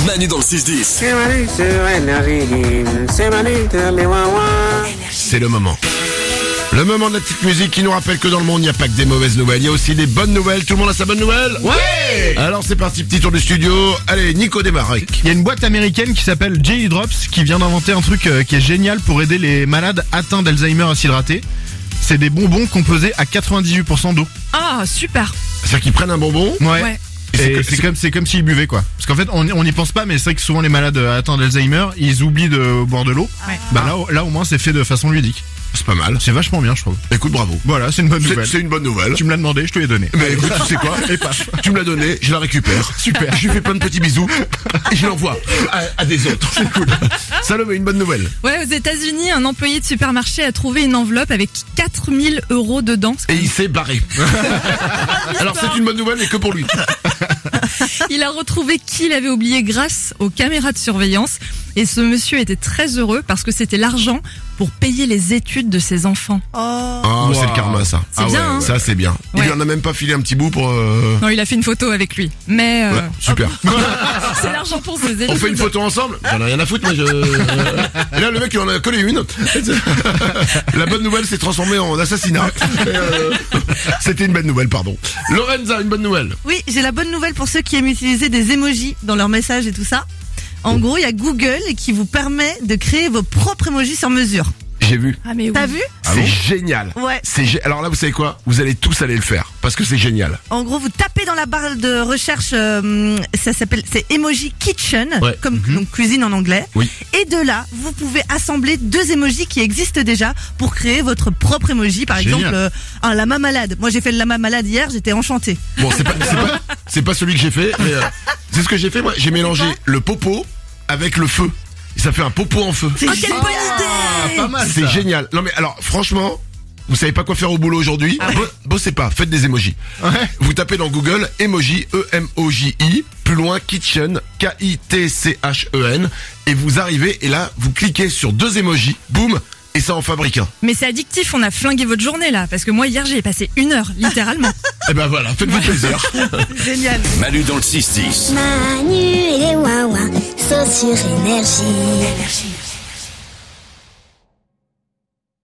Manu dans le 6-10. C'est Manu sur Énergie, c'est Manu de mes Wawa. C'est le moment. Le moment de la petite musique qui nous rappelle que dans le monde, il n'y a pas que des mauvaises nouvelles, il y a aussi des bonnes nouvelles. Tout le monde a sa bonne nouvelle? Ouais. Alors c'est parti, petit tour du studio. Allez, Nico démarre. Il y a une boîte américaine qui s'appelle Jelly Drops qui vient d'inventer un truc qui est génial pour aider les malades atteints d'Alzheimer à s'hydrater. C'est des bonbons composés à 98% d'eau. Ah, super. C'est-à-dire qu'ils prennent un bonbon. Ouais. Et c'est comme s'ils buvaient quoi. Parce qu'en fait on n'y pense pas, mais c'est vrai que souvent les malades atteints d'Alzheimer ils oublient de boire de l'eau. Ouais. Bah là au moins c'est fait de façon ludique. C'est pas mal. C'est vachement bien je trouve. Écoute, bravo. Voilà, c'est une bonne nouvelle. C'est une bonne nouvelle. Tu me l'as demandé, je te l'ai donné. Mais écoute, tu sais quoi? Et paf. Tu me l'as donné, je la récupère. Super. Je lui fais plein de petits bisous et je l'envoie à des autres. C'est cool. Salomé, une bonne nouvelle. Ouais, aux États-Unis, un employé de supermarché a trouvé une enveloppe avec 4000 € dedans. Et il s'est barré. Alors c'est une bonne nouvelle, mais que pour lui. Il a retrouvé qui l'avait oublié grâce aux caméras de surveillance. Et ce monsieur était très heureux parce que c'était l'argent pour payer les études de ses enfants. Oh, Wow. c'est le karma ça. C'est bien, hein. Ça c'est bien. Il Ouais. lui en a même pas filé un petit bout pour... Non, il a fait une photo avec lui. Mais Ouais, super. c'est l'argent pour ses études. On fait une photo ensemble? J'en ai rien à foutre, moi Et là le mec il en a collé une. La bonne nouvelle s'est transformée en assassinat. C'était une bonne nouvelle, pardon. Lorenza, une bonne nouvelle. Oui, j'ai la bonne nouvelle pour ceux qui aiment utiliser des emojis dans leurs messages et tout ça. En gros, il y a Google qui vous permet de créer vos propres emojis sur mesure. J'ai vu. Ah mais oui. T'as vu? C'est génial. Ouais. Alors là, vous savez quoi? Vous allez tous aller le faire parce que c'est génial. En gros, vous tapez dans la barre de recherche, c'est Emoji Kitchen, Ouais. comme donc cuisine en anglais. Oui. Et de là, vous pouvez assembler deux emojis qui existent déjà pour créer votre propre emoji. Par Génial. exemple, un lama malade. Moi, j'ai fait le lama malade hier, j'étais enchantée. Bon, c'est pas celui que j'ai fait, mais c'est ce que j'ai fait. Moi, j'ai mélangé le popo avec le feu. Et ça fait un popo en feu. C'est quelle bonne idée! Pas mal. C'est ça. génial. Non mais alors, franchement, vous savez pas quoi faire au boulot aujourd'hui? Bossez pas, faites des emojis. Ouais. Vous tapez dans Google emoji, E-M-O-J-I, plus loin kitchen, K-I-T-C-H-E-N, et vous arrivez et là, vous cliquez sur deux emojis, boum, et ça en fabrique un. Mais c'est addictif, on a flingué votre journée là. Parce que moi hier j'ai passé 1 heure, littéralement. Et ben voilà, faites-vous plaisir. Génial. Manu dans le 6-10. Manu et les Wawa sont sur Énergie.